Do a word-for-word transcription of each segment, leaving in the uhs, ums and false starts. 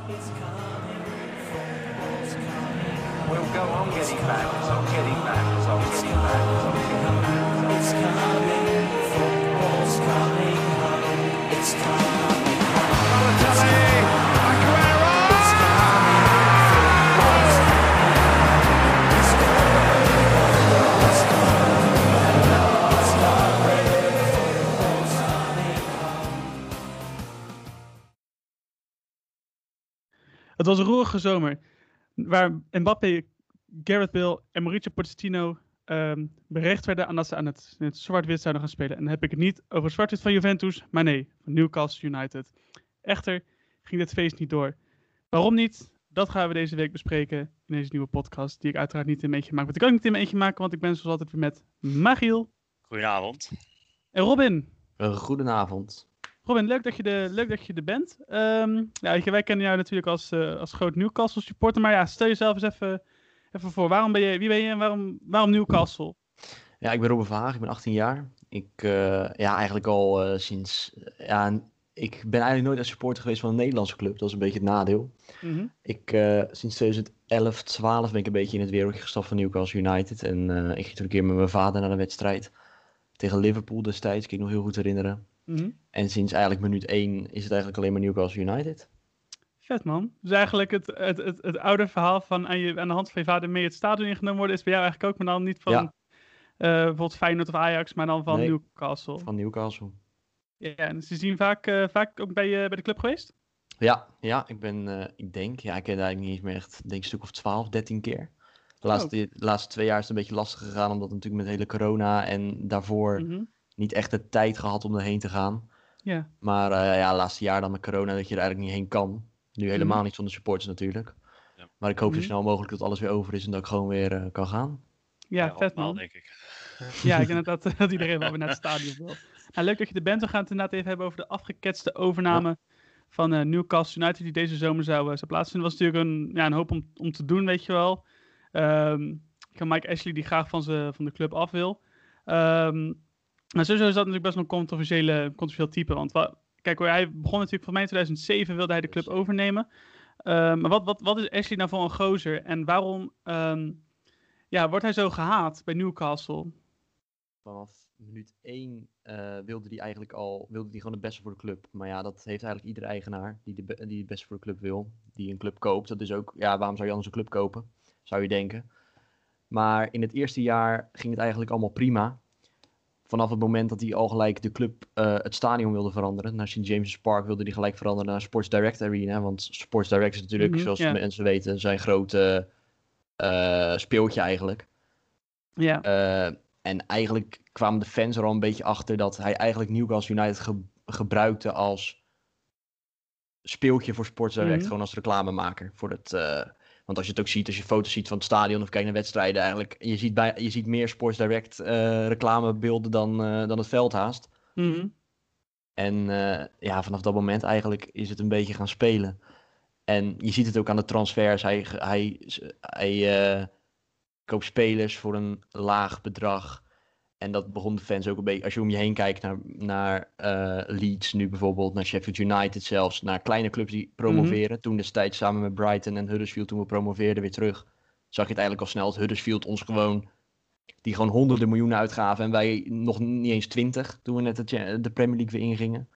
We'll go on getting back, it's on getting back, it's on getting back, it's on getting back. It's coming, football's coming home. It's coming home. Balotelli, Aguero! It's coming, football's coming. It's coming, it's coming, it's coming, football's coming home. Het was een roerige zomer, waar Mbappé, Gareth Bale en Mauricio Pochettino um, berecht werden aan dat ze aan het, het zwart-wit zouden gaan spelen. En dan heb ik het niet over zwart-wit van Juventus, maar nee, van Newcastle United. Echter ging dit feest niet door. Waarom niet? Dat gaan we deze week bespreken in deze nieuwe podcast, die ik uiteraard niet in mijn eentje maak. Want ik kan niet in mijn eentje maken, want ik ben zoals altijd weer met Magiel. Goedenavond. En Robin. Uh, goedenavond. Robin, leuk dat je er, leuk dat je er bent. Um, ja, weet je, wij kennen jou natuurlijk als, uh, als groot Newcastle supporter. Maar ja, stel jezelf eens even, even voor. Waarom ben je, wie ben je en waarom, waarom Newcastle? Ja, ik ben Robin Verhaag, ik ben achttien jaar. Ik, uh, ja, eigenlijk al uh, sinds... Uh, ja, ik ben eigenlijk nooit een supporter geweest van een Nederlandse club. Dat is een beetje het nadeel. Mm-hmm. Ik, uh, sinds twintig elf, twaalf ben ik een beetje in het wereldje gestapt van Newcastle United. En uh, ik ging toen een keer met mijn vader naar een wedstrijd tegen Liverpool destijds. Ik kan ik nog heel goed herinneren. Mm-hmm. En sinds eigenlijk minuut één is het eigenlijk alleen maar Newcastle United. Vet man. Dus eigenlijk het, het, het, het oude verhaal van aan, je, aan de hand van je vader mee het stadion ingenomen worden is bij jou eigenlijk ook, maar dan niet van ja. uh, bijvoorbeeld Feyenoord of Ajax, maar dan van nee, Newcastle. Van Newcastle. Ja, en is je zien vaak, uh, vaak ook bij, uh, bij de club geweest? Ja, ja ik ben, uh, ik denk, ja, ik ken eigenlijk niet eens meer echt, denk een stuk of twaalf, dertien keer. De laatste, oh. de laatste twee jaar is het een beetje lastig gegaan, omdat natuurlijk met de hele corona en daarvoor mm-hmm. niet echt de tijd gehad om erheen te gaan. Yeah. Maar uh, ja, het laatste jaar dan met corona dat je er eigenlijk niet heen kan. Nu helemaal mm-hmm. niet zonder supporters natuurlijk. Ja. Maar ik hoop mm-hmm. zo snel mogelijk dat alles weer over is en dat ik gewoon weer uh, kan gaan. Ja, ja vet man. Denk ik. Ja, ik denk dat, dat iedereen wel weer naar het stadion wil. Nou, leuk dat je er bent. We gaan het inderdaad even hebben over de afgeketste overname ja. van uh, Newcastle United die deze zomer zou, uh, zou plaatsvinden. Dat was natuurlijk een, ja, een hoop om, om te doen, weet je wel. Um, Mike Ashley die graag van, ze, van de club af wil. Um, maar sowieso is dat natuurlijk best wel een controversiële, controversieel type. Want wa- kijk, hij begon natuurlijk voor mij in twintig zeven wilde hij de club overnemen. Uh, maar wat, wat, wat is Ashley nou voor een gozer? En waarom um, ja, wordt hij zo gehaat bij Newcastle? Vanaf minuut één uh, wilde hij eigenlijk al wilde hij gewoon het beste voor de club. Maar ja, dat heeft eigenlijk iedere eigenaar die, de, die het beste voor de club wil. Die een club koopt. Dat is ook, ja, waarom zou je anders een club kopen? Zou je denken. Maar in het eerste jaar ging het eigenlijk allemaal prima. Vanaf het moment dat hij al gelijk de club uh, het stadion wilde veranderen. Naar Saint James's Park wilde hij gelijk veranderen naar Sports Direct Arena. Want Sports Direct is natuurlijk, mm-hmm, zoals yeah. mensen weten, zijn grote uh, speeltje eigenlijk. Ja. Yeah. Uh, en eigenlijk kwamen de fans er al een beetje achter dat hij eigenlijk Newcastle United ge- gebruikte als speeltje voor Sports Direct. Mm-hmm. Gewoon als reclamemaker voor het... Uh, Want als je het ook ziet, als je foto's ziet van het stadion of kijkt naar wedstrijden, eigenlijk, je ziet, bij, je ziet meer Sports Direct uh, reclamebeelden dan, uh, dan het veld haast. Mm-hmm. En uh, ja, vanaf dat moment eigenlijk is het een beetje gaan spelen. En je ziet het ook aan de transfers. Hij, hij, hij uh, koopt spelers voor een laag bedrag. En dat begon de fans ook een beetje... Als je om je heen kijkt naar, naar uh, Leeds nu bijvoorbeeld, naar Sheffield United zelfs, naar kleine clubs die promoveren. Mm-hmm. Toen destijds samen met Brighton en Huddersfield, toen we promoveerden weer terug, zag je het eigenlijk al snel dat Huddersfield ons gewoon... Die gewoon honderden miljoenen uitgaven en wij nog niet eens twintig toen we net de, de Premier League weer ingingen.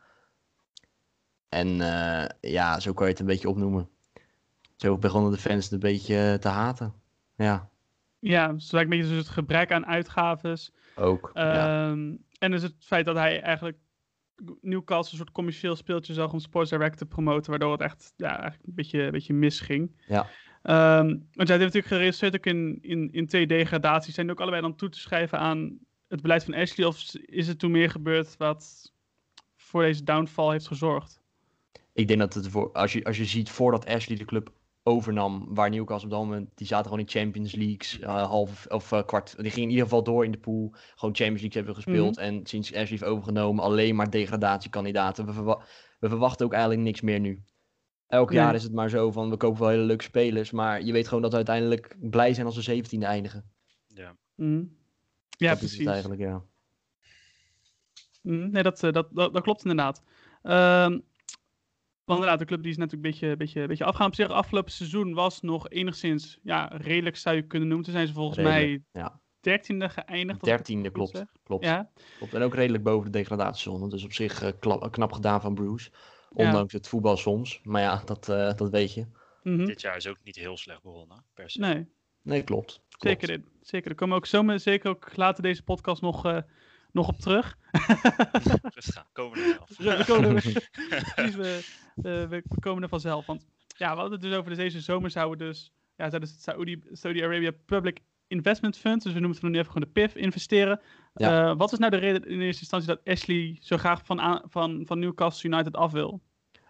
En uh, ja, zo kan je het een beetje opnoemen. Zo begonnen de fans het een beetje te haten. Ja. Ja, dus lijkt een beetje dus het gebrek aan uitgaves. Ook, um, ja. En dus het feit dat hij eigenlijk Newcastle een soort commercieel speeltje zag om Sports Direct te promoten, waardoor het echt ja, eigenlijk een beetje, een beetje misging. Ja. Um, want hij heeft natuurlijk geresulteerd ook in, in, in twee degradaties. Zijn die ook allebei dan toe te schrijven aan het beleid van Ashley, of is het toen meer gebeurd wat voor deze downfall heeft gezorgd? Ik denk dat het voor, als je, als je ziet voordat Ashley de club overnam, waar Newcastle op dat moment, die zaten gewoon in Champions Leagues, uh, half of uh, kwart, die gingen in ieder geval door in de pool, gewoon Champions League hebben gespeeld, mm-hmm. En sinds Ashley heeft overgenomen, alleen maar degradatiekandidaten. We, verwa- we verwachten ook eigenlijk niks meer nu. Elk nee. jaar is het maar zo van, we kopen wel hele leuke spelers, maar je weet gewoon dat we uiteindelijk blij zijn als we zeventiende eindigen. Ja, mm. ja dat precies. Is het eigenlijk, ja. Mm, nee, dat, dat, dat, dat klopt inderdaad. Um, Want inderdaad, de club die is natuurlijk een beetje, beetje, beetje afgegaan. Op zich, afgelopen seizoen was nog enigszins ja, redelijk, zou je kunnen noemen. Toen zijn ze volgens Redelijk, mij ja. dertiende geëindigd. als ik het Dertiende, goed klopt. zeg. klopt. Ja, klopt. En ook redelijk boven de degradatiezone. Dus op zich eh, kla- knap gedaan van Bruce. ja. Ondanks het voetbal soms. Maar ja, dat, eh, dat weet je. Mhm. Dit jaar is ook niet heel slecht begonnen, per se. Nee, Nee, klopt. klopt. zeker dit. Zeker. Daar komen we ook zo zeker ook later deze podcast nog, uh, nog op terug. Rustig aan, komen we er zelf. we, komen er, precies, we, we, we komen er vanzelf. Want ja, we hadden het dus over deze zomer zouden dus, ja, zouden het Saudi, Saudi Arabia Public Investment Fund, dus we noemen het nu even gewoon de P I F, investeren. Ja. Uh, wat is nou de reden in eerste instantie dat Ashley zo graag van, aan, van, van Newcastle United af wil?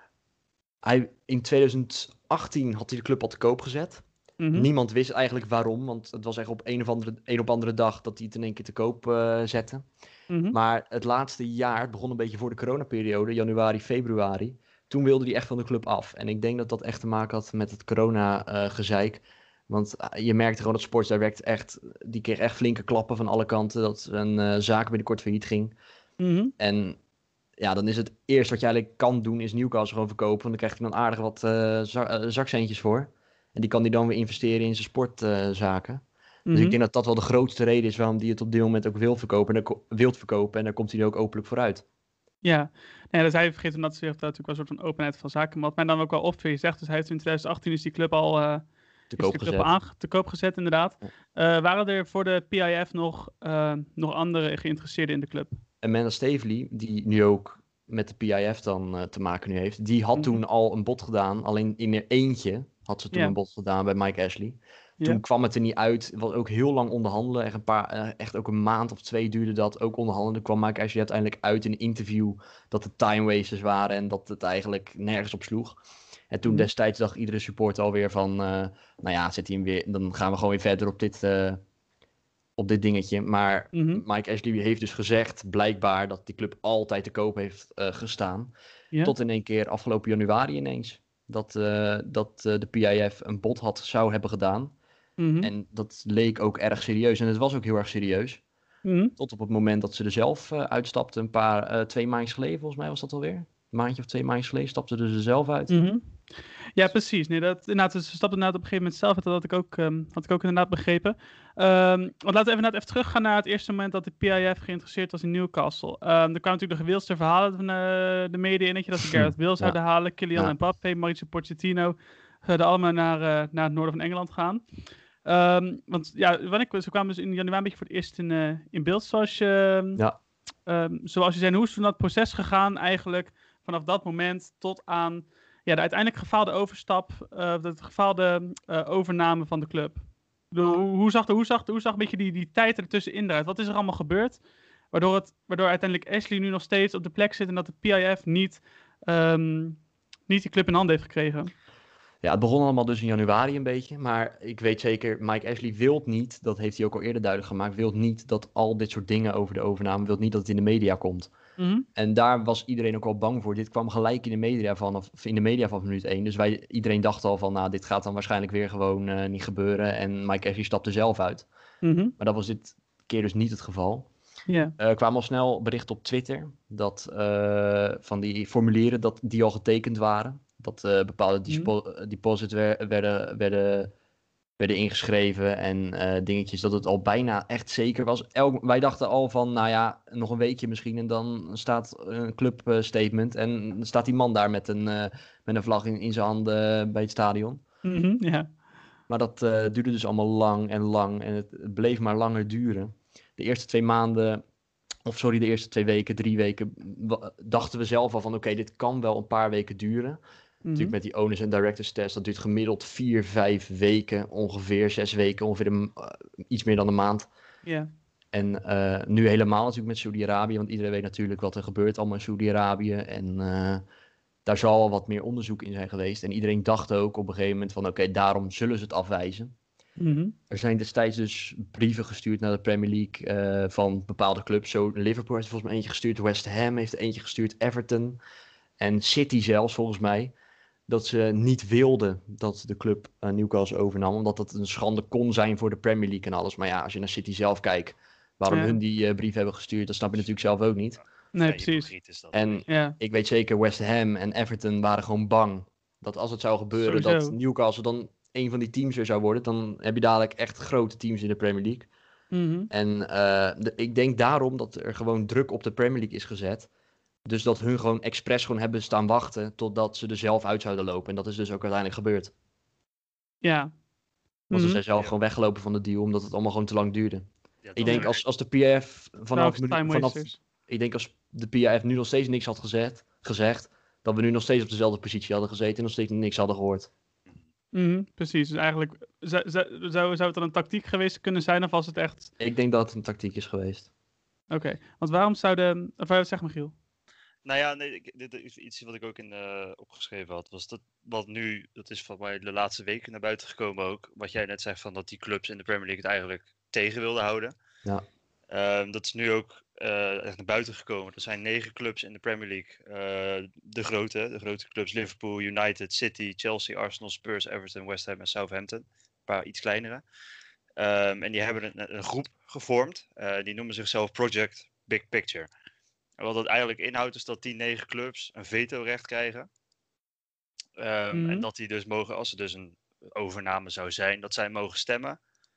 Hij, in twintig achttien had hij de club al te koop gezet. Mm-hmm. Niemand wist eigenlijk waarom, want het was echt op een of andere, een op andere dag dat hij het in één keer te koop uh, zette. Mm-hmm. Maar het laatste jaar, het begon een beetje voor de coronaperiode, januari, februari. Toen wilde hij echt van de club af. En ik denk dat dat echt te maken had met het corona-gezeik. Uh, want uh, je merkte gewoon dat Sports Direct echt, die kreeg echt flinke klappen van alle kanten. Dat een uh, zaak binnenkort failliet ging. Mm-hmm. En ja, dan is het eerst wat je eigenlijk kan doen, is Newcastle gewoon verkopen. Want dan krijgt hij dan aardig wat uh, za- uh, zakcentjes voor. En die kan hij dan weer investeren in zijn sportzaken. Uh, mm-hmm. Dus ik denk dat dat wel de grootste reden is waarom hij het op dit moment ook wil verkopen. En ko- wilt verkopen. En daar komt hij er ook openlijk voor uit. Ja, nee, dus hij vergeet omdat ze heeft natuurlijk wel een soort van openheid van zaken. Wat mij dan ook wel op je zegt, dus hij heeft in twintig achttien is die club al uh, te, koop de club gezet. Aange- te koop gezet, inderdaad. Ja. Uh, waren er voor de P I F nog, uh, nog andere geïnteresseerden in de club? Amanda Staveley, die nu ook met de P I F dan uh, te maken nu heeft, die had mm-hmm. toen al een bod gedaan. Alleen in er eentje had ze toen ja. een bod gedaan bij Mike Ashley. Toen ja. kwam het er niet uit. Het was ook heel lang onderhandelen. Echt, een paar, uh, echt ook een maand of twee duurde dat. Ook onderhandelen. Kwam Mike Ashley uiteindelijk uit in een interview dat het time wasters waren en dat het eigenlijk nergens op sloeg. En toen mm-hmm. destijds dacht iedere supporter alweer van, uh, nou ja, zet hij hem weer, dan gaan we gewoon weer verder op dit, uh, op dit dingetje. Maar mm-hmm. Mike Ashley heeft dus gezegd, blijkbaar, dat die club altijd te koop heeft uh, gestaan. Ja. Tot in één keer afgelopen januari ineens. Dat, uh, dat uh, de P I F een bod had, zou hebben gedaan. Mm-hmm. En dat leek ook erg serieus. En het was ook heel erg serieus. Mm-hmm. Tot op het moment dat ze er zelf uh, uitstapte. Een paar, uh, twee maandjes geleden volgens mij was dat alweer. Een maandje of twee maandjes geleden stapte ze er zelf uit. Mm-hmm. Ja, precies. Nee, dat, inderdaad, ze stapte inderdaad op een gegeven moment zelf uit. Dat had ik ook, um, had ik ook inderdaad begrepen. Um, want laten we even, even teruggaan naar het eerste moment dat de P I F geïnteresseerd was in Newcastle. Um, er kwamen natuurlijk de gewildste verhalen van uh, de media in. Dat je dat ze Gareth Bale zouden ja. halen. Kylian ja. Mbappé, Mauricio Pochettino. Zouden allemaal naar, uh, naar het noorden van Engeland gaan. Um, want ja, wanneer, ze kwamen dus in januari een beetje voor het eerst in, uh, in beeld, zoals je, ja. um, zoals je zei. Hoe is toen dat proces gegaan eigenlijk vanaf dat moment tot aan ja, de uiteindelijk gefaalde overstap, uh, de gefaalde uh, overname van de club? Bedoel, hoe, hoe, zag de, hoe, zag de, hoe zag een beetje die, die tijd ertussenin eruit? Wat is er allemaal gebeurd? Waardoor, het, waardoor uiteindelijk Ashley nu nog steeds op de plek zit en dat de P I F niet, um, niet die club in handen heeft gekregen. Ja, het begon allemaal dus in januari een beetje. Maar ik weet zeker, Mike Ashley wil niet, dat heeft hij ook al eerder duidelijk gemaakt, wil niet dat al dit soort dingen over de overname, wil niet dat het in de media komt. Mm-hmm. En daar was iedereen ook al bang voor. Dit kwam gelijk in de media vanaf in de media van minuut één. Dus wij, iedereen dacht al van, nou, dit gaat dan waarschijnlijk weer gewoon uh, niet gebeuren. En Mike Ashley stapte zelf uit. Mm-hmm. Maar dat was dit keer dus niet het geval. Yeah. Er uh, kwamen al snel berichten op Twitter dat uh, van die formulieren dat die al getekend waren. Dat uh, bepaalde dispo- mm-hmm. deposits wer- werden, werden, werden ingeschreven en uh, dingetjes, dat het al bijna echt zeker was. Elk, wij dachten al van, nou ja, nog een weekje misschien en dan staat een clubstatement uh, en dan staat die man daar met een, uh, met een vlag in, in zijn handen uh, bij het stadion. Mm-hmm, yeah. Maar dat uh, duurde dus allemaal lang en lang en het, het bleef maar langer duren. De eerste twee maanden... Of sorry, de eerste twee weken, drie weken, dachten we zelf al van oké, okay, dit kan wel een paar weken duren. Mm-hmm. Natuurlijk met die owners en directors test, dat duurt gemiddeld vier, vijf weken, ongeveer zes weken, ongeveer een, uh, iets meer dan een maand. Yeah. En uh, nu helemaal natuurlijk met Saudi-Arabië, want iedereen weet natuurlijk wat er gebeurt allemaal in Saudi-Arabië. En uh, daar zal al wat meer onderzoek in zijn geweest. En iedereen dacht ook op een gegeven moment van oké, okay, daarom zullen ze het afwijzen. Mm-hmm. Er zijn destijds dus brieven gestuurd naar de Premier League uh, van bepaalde clubs. Zo Liverpool heeft volgens mij eentje gestuurd, West Ham heeft er eentje gestuurd, Everton en City zelfs volgens mij. Dat ze niet wilden dat de club uh, Newcastle overnam, omdat dat een schande kon zijn voor de Premier League en alles. Maar ja, als je naar City zelf kijkt, waarom ja. hun die uh, brief hebben gestuurd, dat snap je natuurlijk zelf ook niet. Nee, Vrij precies. hypocriet is dat. En Ja, ik weet zeker, West Ham en Everton waren gewoon bang dat als het zou gebeuren Sowieso. dat Newcastle dan een van die teams weer zou worden, dan heb je dadelijk echt grote teams in de Premier League. mhm. En eh, de- ik denk daarom dat er gewoon druk op de Premier League is gezet. Dus dat hun gewoon expres gewoon hebben staan wachten totdat ze er zelf uit zouden lopen. En dat is dus ook uiteindelijk gebeurd. Ja. Want Mhm. ze zijn zelf Ja. gewoon weggelopen van de deal, omdat het allemaal gewoon te lang duurde. Ja, dat Ik denk is- als, als de P F vanaf, Vanaf minu- time vanaf wasters. ik denk als de P F nu nog steeds niks had gezegd, gezegd, dat we nu nog steeds op dezelfde positie hadden gezeten en nog steeds niks hadden gehoord. Mhm, precies. Dus eigenlijk zou, zou, zou zou het dan een tactiek geweest kunnen zijn, of was het echt... Ik denk dat het een tactiek is geweest. Oké, want waarom zouden... Of uh, zeg maar, Giel. Nou ja, nee, ik- dit is iets wat ik ook in, eh, opgeschreven had. Was dat wat nu, dat is van mij de laatste weken naar buiten gekomen ook. Wat jij net zegt van dat die clubs in de Premier League het eigenlijk tegen wilden houden. Ja. Ehm, dat is nu ook eh, echt naar buiten gekomen. Er zijn negen clubs in de Premier League. Eh, de grote, de grote clubs Liverpool, United, City, Chelsea, Arsenal, Spurs, Everton, West Ham en Southampton. Een paar iets kleinere. Ehm, en die hebben een, een groep gevormd. Eh, die noemen zichzelf Project Big Picture. En wat dat eigenlijk inhoudt is dat die negen clubs een vetorecht krijgen. Ehm, Mhm. En dat die dus mogen, als er dus een overname zou zijn, dat zij mogen stemmen.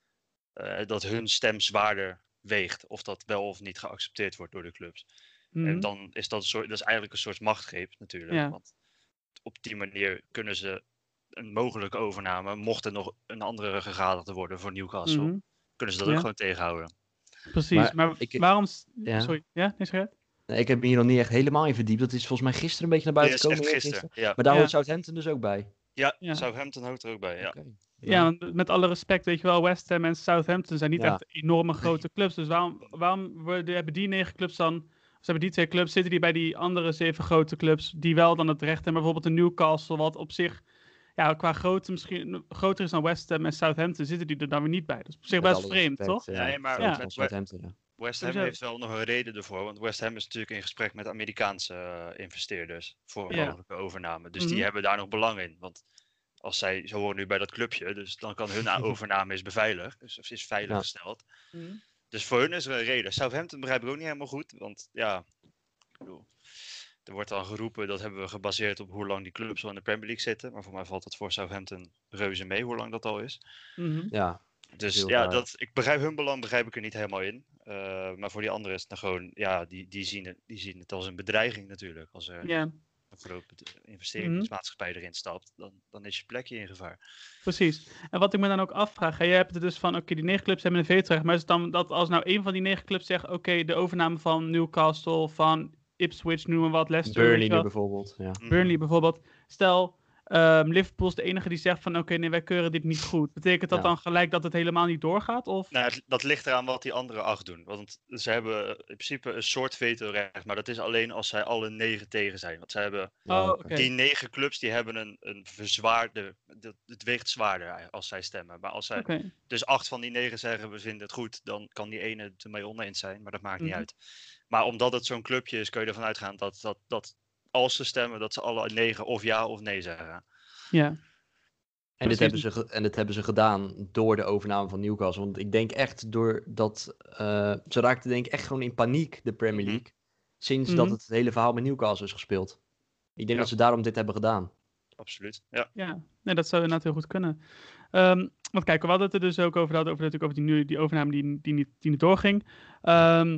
eh, dat hun stem zwaarder weegt. Of dat wel of niet geaccepteerd wordt door de clubs. Mhm. En dan is dat, een soort, dat is eigenlijk een soort machtsgreep natuurlijk. Ja. Want op die manier kunnen ze een mogelijke overname, mocht er nog een andere gegadigde worden voor Newcastle, Mhm. kunnen ze dat Ja. ook gewoon tegenhouden. Precies, maar, Maar ik- waarom... s- Ja. Sorry, ja? Nee, zeg je? Nee, ik heb me hier nog niet echt helemaal in verdiept. Dat is volgens mij gisteren een beetje naar Nee, buiten dat is echt gekomen. gisteren. eergisteren. Ja, Maar daar Ja. hoort Southampton dus ook bij. ja, Ja. Southampton hoort er ook bij. Ja. Oké. Ja, want met alle respect, weet je wel, West Ham en Southampton zijn niet Ja. echt enorme grote clubs. Dus waarom, waarom worden, hebben die negen clubs dan, of ze hebben die twee clubs, zitten die bij die andere zeven grote clubs, die wel dan het recht hebben, bijvoorbeeld een Newcastle, wat op zich, ja, qua grootte misschien groter is dan West Ham en Southampton, zitten die er dan weer niet bij. Dat is op zich Met best alle vreemd, respect, toch? Ja, Nee, maar Ja. van Southampton, ja. West Ham Sowieso. heeft wel nog een reden ervoor. Want West Ham is natuurlijk in gesprek met Amerikaanse eh, investeerders voor een Ja. mogelijke overname. Dus Mhm. die hebben daar nog belang in. Want als zij, ze horen nu bij dat clubje, dus dan kan hun overname is beveiligd. Dus of is veilig Ja. gesteld. Dus voor hun is er een reden. Southampton begrijp ik ook niet helemaal goed. Want ja, ik bedoel, er wordt dan geroepen, dat hebben we gebaseerd op hoe lang die clubs al in de Premier League zitten. Maar voor mij valt het voor Southampton reuze mee, hoe lang dat al is. Mhm. Ja, Dus heel ja, raar. dat, ik begrijp hun belang, begrijp ik er niet helemaal in. Uh, maar voor die anderen is het dan gewoon, ja, die, die, zien het, die zien het als een bedreiging natuurlijk. Als er Ja, een grote investeringsmaatschappij erin stapt, dan, dan is je plekje in gevaar. precies. En wat ik me dan ook afvraag, hè, jij hebt het dus van, oké, die negen clubs hebben een vetorecht, maar is het dan dat als nou één van die negen clubs zegt, oké, de overname van Newcastle, van Ipswich, noem maar wat, Leicester, weet Burnley je wel, nu bijvoorbeeld. Ja. Mhm. Burnley bijvoorbeeld. Stel, ehm, Liverpool is de enige die zegt van oké, nee, wij keuren dit niet goed. Betekent dat Ja. dan gelijk dat het helemaal niet doorgaat? Of... Nou, het- dat ligt eraan wat die andere acht doen. Want ze hebben in principe een soort vetorecht, maar dat is alleen als zij alle negen tegen zijn. Want zij hebben, Oh, Ja, oké. die negen clubs die hebben een, een verzwaarde, dat- het weegt zwaarder als zij stemmen. Maar als zij Oké. dus acht van die negen zeggen we vinden het goed, dan kan die ene het ermee oneens zijn, maar dat maakt niet Mhm. uit. Maar omdat het zo'n clubje is, kun je ervan uitgaan dat, dat, dat als ze stemmen, dat ze alle negen of ja of nee zeggen. Ja. En dit, Precies. hebben ze ge- en dit hebben ze gedaan door de overname van Newcastle. Want ik denk echt doordat... eh ze raakten denk ik echt gewoon in paniek, de Premier Mhm. League. Sinds Mhm. dat het hele verhaal met Newcastle is gespeeld. Ik denk Ja. dat ze daarom dit hebben gedaan. Absoluut. Ja. Ja, nee, dat zou inderdaad heel goed kunnen. Ehm, want kijk, we hadden het er dus ook over, hadden over, natuurlijk over die, nu- die overname die, die, niet, die niet doorging. Ehm,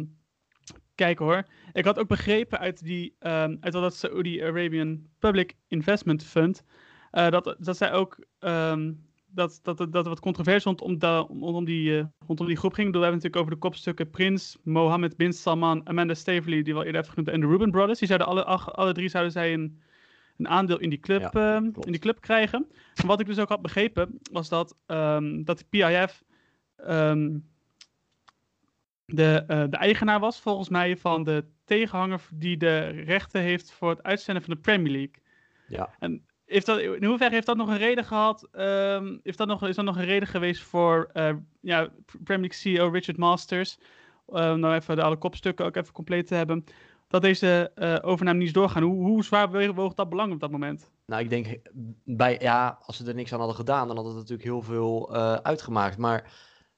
kijk hoor, ik had ook begrepen uit, die, ehm, uit dat Saudi Arabian Public Investment Fund, eh, dat, dat zij ook, ehm, dat, dat, dat, dat er wat controversie rondom, da- rondom, die, eh, rondom die groep ging. Ik bedoel, we hebben natuurlijk over de kopstukken Prins, Mohammed bin Salman, Amanda Staveley, die we al eerder hebben genoemd, en de Reuben Brothers. Die zouden alle, ach- alle drie zouden zij een een aandeel in die club, Ja, ehm, klopt. in die club krijgen. En wat ik dus ook had begrepen, was dat, ehm, dat de P I F ehm, de, eh, de eigenaar was, volgens mij, van de tegenhanger die de rechten heeft voor het uitzenden van de Premier League. Ja. En heeft dat, in hoeverre heeft dat nog een reden gehad? ehm, heeft dat nog, is dat nog een reden geweest voor eh, ja, Premier League C E O Richard Masters, om nou even de alle kopstukken ook even compleet te hebben, dat deze eh, overname niet is doorgaan? Hoe, hoe zwaar woog woog dat belang op dat moment? Nou, ik denk, bij, ja, als ze er niks aan hadden gedaan, dan had het natuurlijk heel veel eh, uitgemaakt. Maar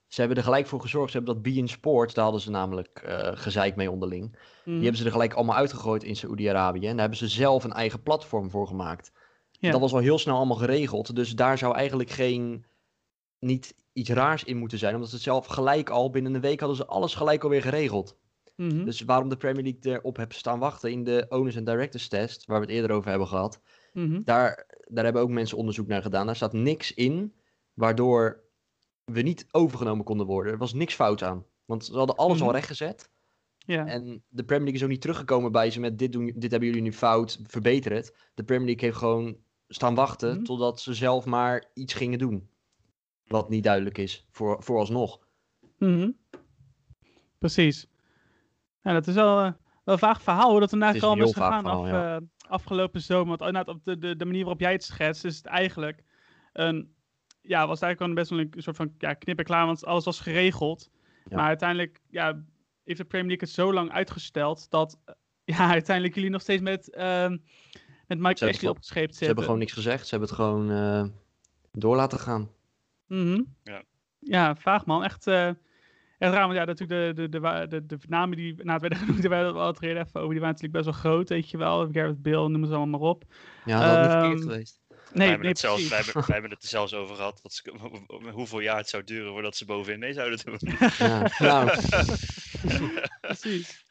Ze hebben er gelijk voor gezorgd. Ze hebben dat beIN Sports, daar hadden ze namelijk uh, gezeik mee onderling. Mhm. Die hebben ze er gelijk allemaal uitgegooid in Saoedi-Arabië. En daar hebben ze zelf een eigen platform voor gemaakt. Ja. Dat was al heel snel allemaal geregeld. Dus daar zou eigenlijk geen, niet iets raars in moeten zijn. Omdat ze het zelf gelijk al, binnen een week hadden ze alles gelijk alweer geregeld. Mhm. Dus waarom de Premier League erop heeft staan wachten in de Owners and Directors Test, waar we het eerder over hebben gehad. Mhm. Daar, daar hebben ook mensen onderzoek naar gedaan. Daar staat niks in waardoor we niet overgenomen konden worden. Er was niks fout aan. Want ze hadden alles Mhm. al rechtgezet. Ja. En de Premier League is ook niet teruggekomen bij ze met dit, doen, dit hebben jullie nu fout, verbeter het. De Premier League heeft gewoon staan wachten Mhm. totdat ze zelf maar iets gingen doen. Wat niet duidelijk is, voor, vooralsnog. Mhm. Precies. Ja, dat is wel, uh, wel een vaag verhaal hoe dat er Het is eigenlijk een al is heel gegaan vaag af, verhaal, ja. uh, afgelopen zomer. Want inderdaad, op de, de, de manier waarop jij het schetst, is het eigenlijk een, ja, was het eigenlijk wel best wel een soort van ja, knip en klaar, want alles was geregeld. Ja. Maar uiteindelijk ja, heeft de Premier League het zo lang uitgesteld dat uh, ja, uiteindelijk jullie nog steeds met, uh, met Mike Ze Ashley hebben- opgescheept zitten. Ze hebben gewoon niks gezegd. Ze hebben het gewoon uh, door laten gaan. Mhm. Ja. Ja, vaag man. Echt, uh, echt raar. Want ja, natuurlijk de, de, de, de, de namen die nou, het werden genoemd, die werden al het reden even over, die waren natuurlijk best wel groot, weet je wel. Gareth Bale, noem ze allemaal maar op. Ja, dat had niet Ehm, verkeerd geweest. wij, Nee, hebben nee, het zelfs, precies. wij, hebben, wij hebben het er zelfs over gehad dat ze, hoeveel jaar het zou duren voordat ze bovenin mee zouden doen. Ja, nou, Precies.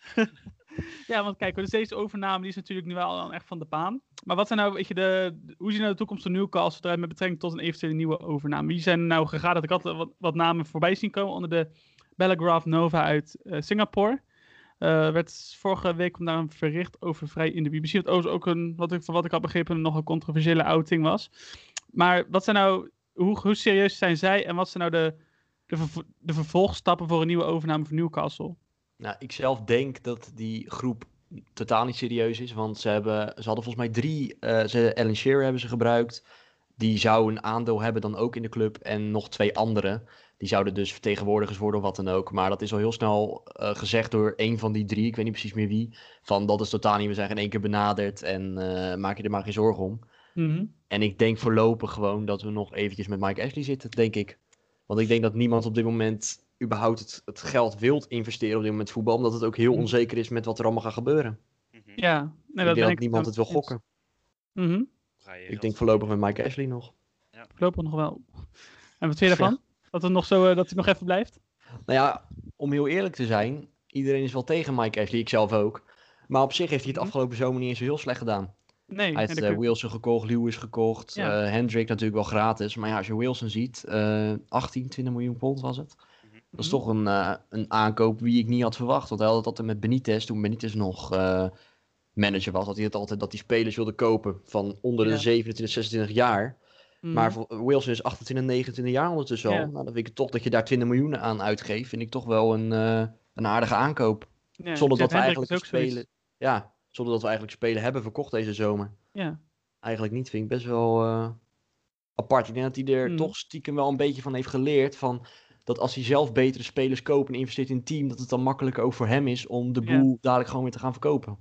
Ja, want kijk, dus deze overname die is natuurlijk nu wel al echt van de baan. Maar wat zijn nou, weet je, de, hoe zien nou de toekomst van Newcastle eruit met betrekking tot een eventuele nieuwe overname? Wie zijn er nou gegaan? Dat ik had wat, wat namen voorbij zien komen onder de Telegraph Nova uit uh, Singapore. Uh, werd vorige week daar een bericht over vrij in de B B C. Wat overigens ook een, wat ik, van wat ik had begrepen, nog een controversiële outing was. Maar wat zijn nou, hoe, hoe serieus zijn zij en wat zijn nou de, de, vervo- de vervolgstappen voor een nieuwe overname voor Newcastle? nou, ik zelf denk dat die groep totaal niet serieus is. Want ze, hebben, ze hadden volgens mij drie... Uh, ze, Alan Shearer hebben ze gebruikt. Die zou een aandeel hebben dan ook in de club. En nog twee anderen. Die zouden dus vertegenwoordigers worden of wat dan ook. Maar dat is al heel snel uh, gezegd door een van die drie. Ik weet niet precies meer wie. Van dat is totaal niet. We zijn geen één keer benaderd. En uh, maak je er maar geen zorgen om. Mm-hmm. En ik denk voorlopig gewoon dat we nog eventjes met Mike Ashley zitten. Denk ik. Want ik denk dat niemand op dit moment überhaupt het, het geld wilt investeren op dit moment voetbal. Omdat het ook heel Mhm. onzeker is met wat er allemaal gaat gebeuren. Mhm. Ja, nee, ik dat denk ben dat ik niemand het wil eens. gokken. Mhm. Ga je Ik geld denk voorlopig met Mike Ashley nog. Voorlopig nog wel. En wat vind je daarvan? Dat het nog zo, uh, dat hij nog even blijft? Nou ja, om heel eerlijk te zijn. Iedereen is wel tegen Mike Ashley. Ik zelf ook. Maar op zich heeft hij het Mhm. afgelopen zomer niet eens zo heel slecht gedaan. Nee. Hij nee, heeft dat uh, kun- Wilson gekocht, Lewis gekocht. Ja. Uh, Hendrick natuurlijk wel gratis. Maar ja, als je Wilson ziet. Uh, achttien, twintig miljoen pond was het. Dat is Mhm. toch een, uh, een aankoop die ik niet had verwacht. Want hij had het altijd met Benitez. Toen Benitez nog uh, manager was. Had hij het altijd dat hij spelers wilde kopen. Van onder de Ja. zevenentwintig, zesentwintig jaar. Mhm. Maar voor Wilson is achtentwintig, negenentwintig jaar ondertussen al. Ja. Nou, dan vind ik toch dat je daar twintig miljoen aan uitgeeft. Vind ik toch wel een, uh, een aardige aankoop. Ja, Zonder dat Jeff we Hendrick eigenlijk is ook zoiets. spelen. Ja, zonder dat we eigenlijk spelen hebben verkocht deze zomer. Ja. Eigenlijk niet, vind ik best wel uh, apart. Ik denk dat hij er Mhm. toch stiekem wel een beetje van heeft geleerd. Van dat als hij zelf betere spelers koopt en investeert in een team, dat het dan makkelijker ook voor hem is om de Ja. boel dadelijk gewoon weer te gaan verkopen.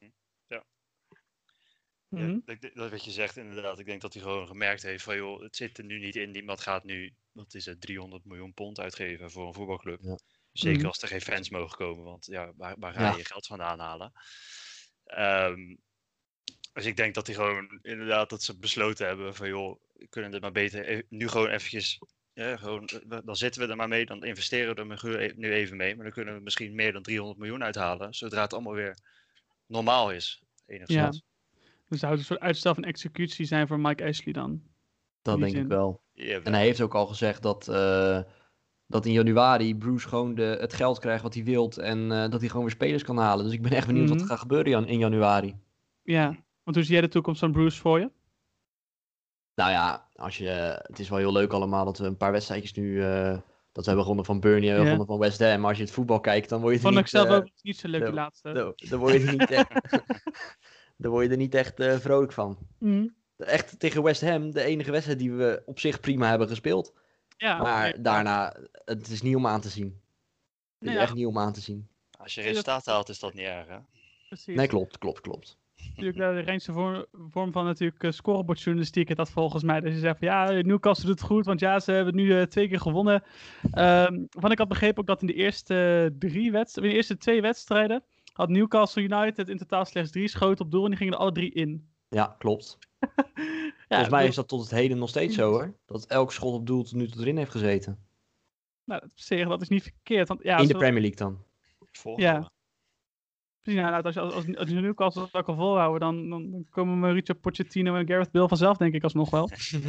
Ja, Mhm. dat, dat wat je zegt inderdaad. Ik denk dat hij gewoon gemerkt heeft van joh, het zit er nu niet in. Iemand gaat nu, wat is het, driehonderd miljoen pond uitgeven voor een voetbalclub. Ja. Zeker Mhm. als er geen fans mogen komen, want ja, waar, waar ga je Ja. je geld vandaan halen? Ehm, dus ik denk dat hij gewoon inderdaad dat ze besloten hebben van joh, we kunnen dit maar beter e- nu gewoon eventjes, ja, gewoon, eh, dan zitten we er maar mee, dan investeren we er maar gu- nu even mee. Maar dan kunnen we misschien meer dan driehonderd miljoen uithalen, zodra het allemaal weer normaal is. Enigszins. Dus zou het een soort uitstel van executie zijn voor Mike Ashley dan? Dat In die denk ik zin. wel. Ja, En hij heeft ook al gezegd dat, uh, dat in januari Bruce gewoon de, het geld krijgt wat hij wilt. En uh, dat hij gewoon weer spelers kan halen. Dus ik ben echt benieuwd wat Mhm. er gaat gebeuren jan- in januari. Ja. Want hoe zie jij de toekomst van Bruce voor je? Nou ja, als je, het is wel heel leuk allemaal dat we een paar wedstrijdjes nu... Uh, dat we hebben gewonnen van Burnley en we Ja. gewonnen van West Ham. Maar als je het voetbal kijkt, dan word je er Vond niet... ik zelf uh, ook niet zo leuk de- die laatste. Dan, dan word je er niet echt, dan word je er niet echt uh, vrolijk van. Mhm. Echt tegen West Ham, de enige wedstrijd die we op zich prima hebben gespeeld. Ja. Maar nee, daarna, het is niet om aan te zien. Het is Nee, ja. echt niet om aan te zien. Als je Nee, dat- resultaten haalt, is dat niet erg, hè? Precies. Nee, klopt, klopt, klopt. natuurlijk de reinste vorm, vorm van natuurlijk uh, scorebordjournalistiek is dat volgens mij. Dus je zegt van ja, Newcastle doet het goed, want ja, ze hebben nu uh, twee keer gewonnen. Um, want ik had begrepen ook dat in de eerste drie wedstrijden, in de eerste twee wedstrijden, had Newcastle United in totaal slechts drie schoten op doel en die gingen er alle drie in. Ja, klopt. Ja, Volgens mij bedoel, is dat tot het heden nog steeds zo hoor. Dat elk schot op doel tot nu toe erin heeft gezeten. nou, dat, op zich, dat is niet verkeerd. Want, ja, In de zo, Premier League dan. Volgende. precies, nou, als, je, als, als, als je Newcastle dat ook al volhouden, dan, dan, dan komen Mauricio Pochettino en Gareth Bale vanzelf denk ik alsnog wel.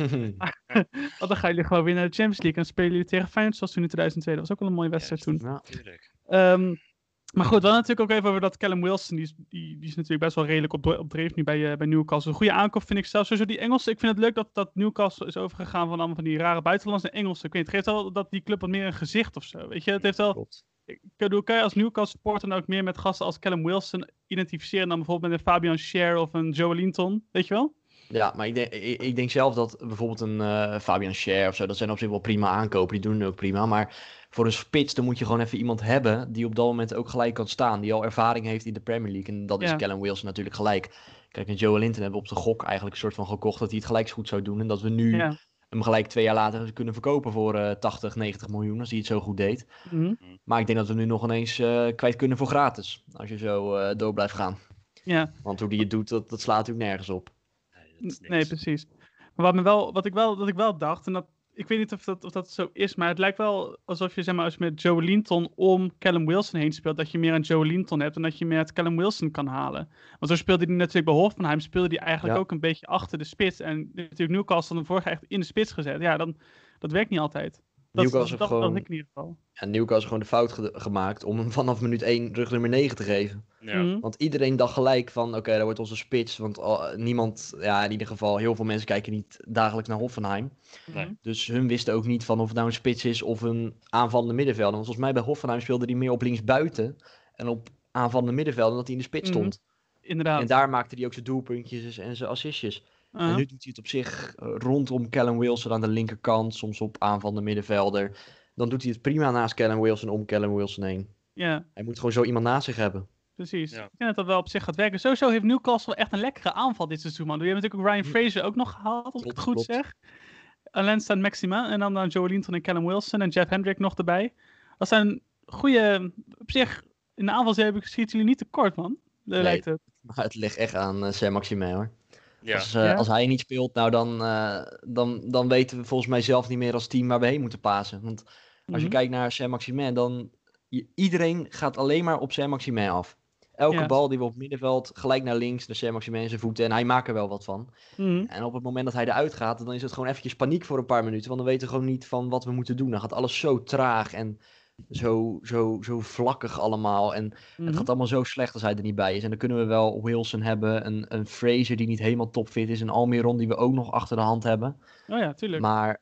Want dan gaan jullie gewoon weer naar de Champions League en dan spelen jullie tegen Feyenoord zoals toen in tweeduizend twee. Dat was ook wel een mooie wedstrijd Juist. toen. Ja. Tuurlijk. Um, maar goed, we hadden natuurlijk ook even over dat Callum Wilson, die is, die, die is natuurlijk best wel redelijk op, op dreef nu bij, uh, bij Newcastle. Een goede aankoop vind ik zelf. Sowieso die Engelsen, ik vind het leuk dat, dat Newcastle is overgegaan van allemaal van die rare buitenlandse Engelsen. Ik weet, het geeft wel dat die club wat meer een gezicht of zo, weet je. Het heeft wel, Klopt. ik bedoel, kan je als Newcastle supporter dan ook meer met gasten als Callum Wilson identificeren dan bijvoorbeeld met een Fabian Schär of een Joe Linton, weet je wel? Ja, maar ik denk, ik, ik denk zelf dat bijvoorbeeld een uh, Fabian Schär of zo, dat zijn op zich wel prima aankopen, die doen het ook prima. Maar voor een spits, dan moet je gewoon even iemand hebben die op dat moment ook gelijk kan staan. Die al ervaring heeft in de Premier League. En dat is Ja. Callum Wilson natuurlijk gelijk. Kijk, en Joe Linton hebben we op de gok eigenlijk een soort van gekocht dat hij het gelijk zo goed zou doen. En dat we nu Ja. hem gelijk twee jaar later kunnen verkopen voor uh, tachtig, negentig miljoen als hij het zo goed deed. Mhm. Maar ik denk dat we hem nu nog ineens uh, kwijt kunnen voor gratis. Als je zo uh, door blijft gaan. Ja. Want hoe die het doet, dat, dat slaat natuurlijk nergens op. Nee, dat is niks. Nee, precies. Maar wat, me wel, wat ik wel, dat ik wel dacht, en dat, ik weet niet of dat, of dat zo is, maar het lijkt wel alsof je, zeg maar, als je met Joe Linton om Callum Wilson heen speelt, dat je meer een Joe Linton hebt en dat je meer het Callum Wilson kan halen. Want zo speelde hij natuurlijk bij Hoffenheim, speelde hij eigenlijk Ja. ook een beetje achter de spits. En natuurlijk Newcastle hem vorig jaar echt in de spits gezet. Ja, dan, dat werkt niet altijd. Dat, Newcastle dat, heeft dat, gewoon- dat ik in ieder geval. En Newcastle gewoon de fout ge- gemaakt om hem vanaf minuut één rug nummer negen te geven. Ja. Mhm. Want iedereen dacht gelijk van, oké, dat wordt onze spits. Want al- niemand, ja, in ieder geval, heel veel mensen kijken niet dagelijks naar Hoffenheim. Nee. Dus hun wisten ook niet van of het nou een spits is of een aanvallende middenvelder. Want volgens mij bij Hoffenheim speelde hij meer op linksbuiten en op aanvallende middenvelder, dat hij in de spits Mhm. stond. Inderdaad. En daar maakte hij ook zijn doelpuntjes en zijn assistjes. Uh-huh. En nu doet hij het op zich eh, rondom Callum Wilson aan de linkerkant, soms op aanvallende middenvelder. Dan doet hij het prima naast Callum Wilson om Callum Wilson heen. Ja. Hij moet gewoon zo iemand naast zich hebben. Precies. Ja. Ik denk dat dat wel op zich gaat werken. Sowieso heeft Newcastle echt een lekkere aanval dit seizoen, man. Je hebt natuurlijk ook Ryan Fraser ook nog gehaald, als ik het Klopt, goed klopt. zeg. Alain Stan Maxima en dan, dan Joe Linton en Callum Wilson en Jeff Hendrick nog erbij. Dat zijn goede... Op zich, in de aanval schieten jullie niet tekort, man. Dat Nee. lijkt het. Maar het ligt echt aan uh, Saint-Maximin hoor. Ja. Als, uh, Ja. als hij niet speelt, nou dan, uh, dan, dan weten we volgens mij zelf niet meer als team waar we heen moeten pasen. Want als je Mhm. kijkt naar Saint-Maximin, dan... Je, iedereen gaat alleen maar op Saint-Maximin af. Elke Ja. bal die we op het middenveld gelijk naar links, naar Saint-Maximin in zijn voeten. En hij maakt er wel wat van. Mhm. En op het moment dat hij eruit gaat, dan is het gewoon eventjes paniek voor een paar minuten. Want dan weten we gewoon niet van wat we moeten doen. Dan gaat alles zo traag en zo, zo, zo vlakkig allemaal. En Mhm. het gaat allemaal zo slecht als hij er niet bij is. En dan kunnen we wel Wilson hebben, een, een Fraser die niet helemaal topfit is, een Almiron die we ook nog achter de hand hebben. Oh ja, tuurlijk. Maar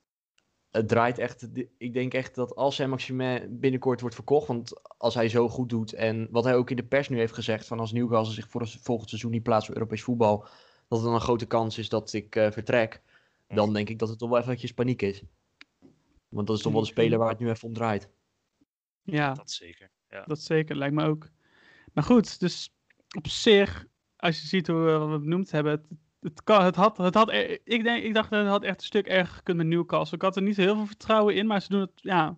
het draait echt, ik denk echt dat als Saint-Maximin binnenkort wordt verkocht, want als hij zo goed doet en wat hij ook in de pers nu heeft gezegd, van als Newcastle zich voor het volgend seizoen niet plaatst voor Europees voetbal, dat er dan een grote kans is dat ik uh, vertrek, dan denk ik dat het toch wel eventjes paniek is. Want dat is toch wel de speler waar het nu even om draait. Ja, Dat zeker. Ja. dat zeker. Lijkt me ook. Maar goed, dus op zich, als je ziet hoe we wat we benoemd hebben, het, het, kan, het had, het had er- ik, denk, ik dacht dat het had echt een stuk erger gekund met Newcastle. Ik had er niet heel veel vertrouwen in, maar ze doen het, ja,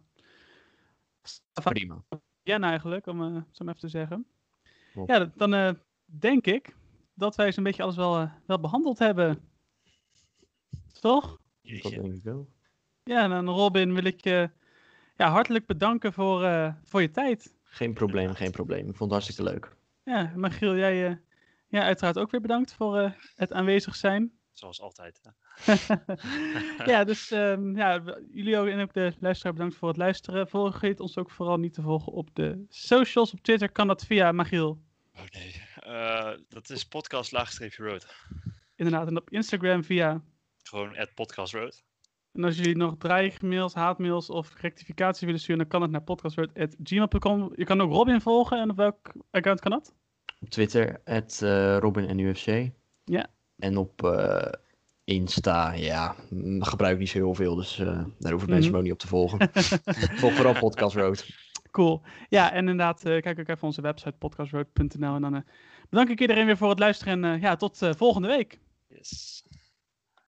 Prima. ja eigenlijk, om uh, zo maar even te zeggen. Klopt. Ja, dat- dan uh, denk ik dat wij zo'n beetje alles wel, uh, wel behandeld hebben. Toch? Dat Jeetje. denk ik wel. Ja, en dan Robin wil ik je ja, hartelijk bedanken voor, uh, voor je tijd. Geen probleem, geen probleem. Ik vond het hartstikke leuk. Ja, Michiel, jij uh, ja, uiteraard ook weer bedankt voor uh, het aanwezig zijn. Zoals altijd. Hè. Ja, dus um, ja, jullie ook en ook de luisteraar bedankt voor het luisteren. Vergeet ons ook vooral niet te volgen op de socials. Op Twitter kan dat via Michiel. Oh nee. Uh, dat is podcast laagstreepje road. Inderdaad, en op Instagram via... Gewoon at podcast road. En als jullie nog dreigmails, haatmails of rectificatie willen sturen, dan kan het naar podcastroad at gmail dot com. Je kan ook Robin volgen. En op welk account kan dat? Op Twitter, at uh, Robin en U F C. Ja. En op uh, Insta, ja, mm, gebruik ik niet zo heel veel, dus uh, daar hoeven Mhm. mensen me ook niet op te volgen. Volg vooral Podcast Road. Cool. Ja, en inderdaad, uh, kijk ook even onze website podcastroad punt n l. En dan uh, bedank ik iedereen weer voor het luisteren. En uh, ja, tot uh, volgende week. Yes.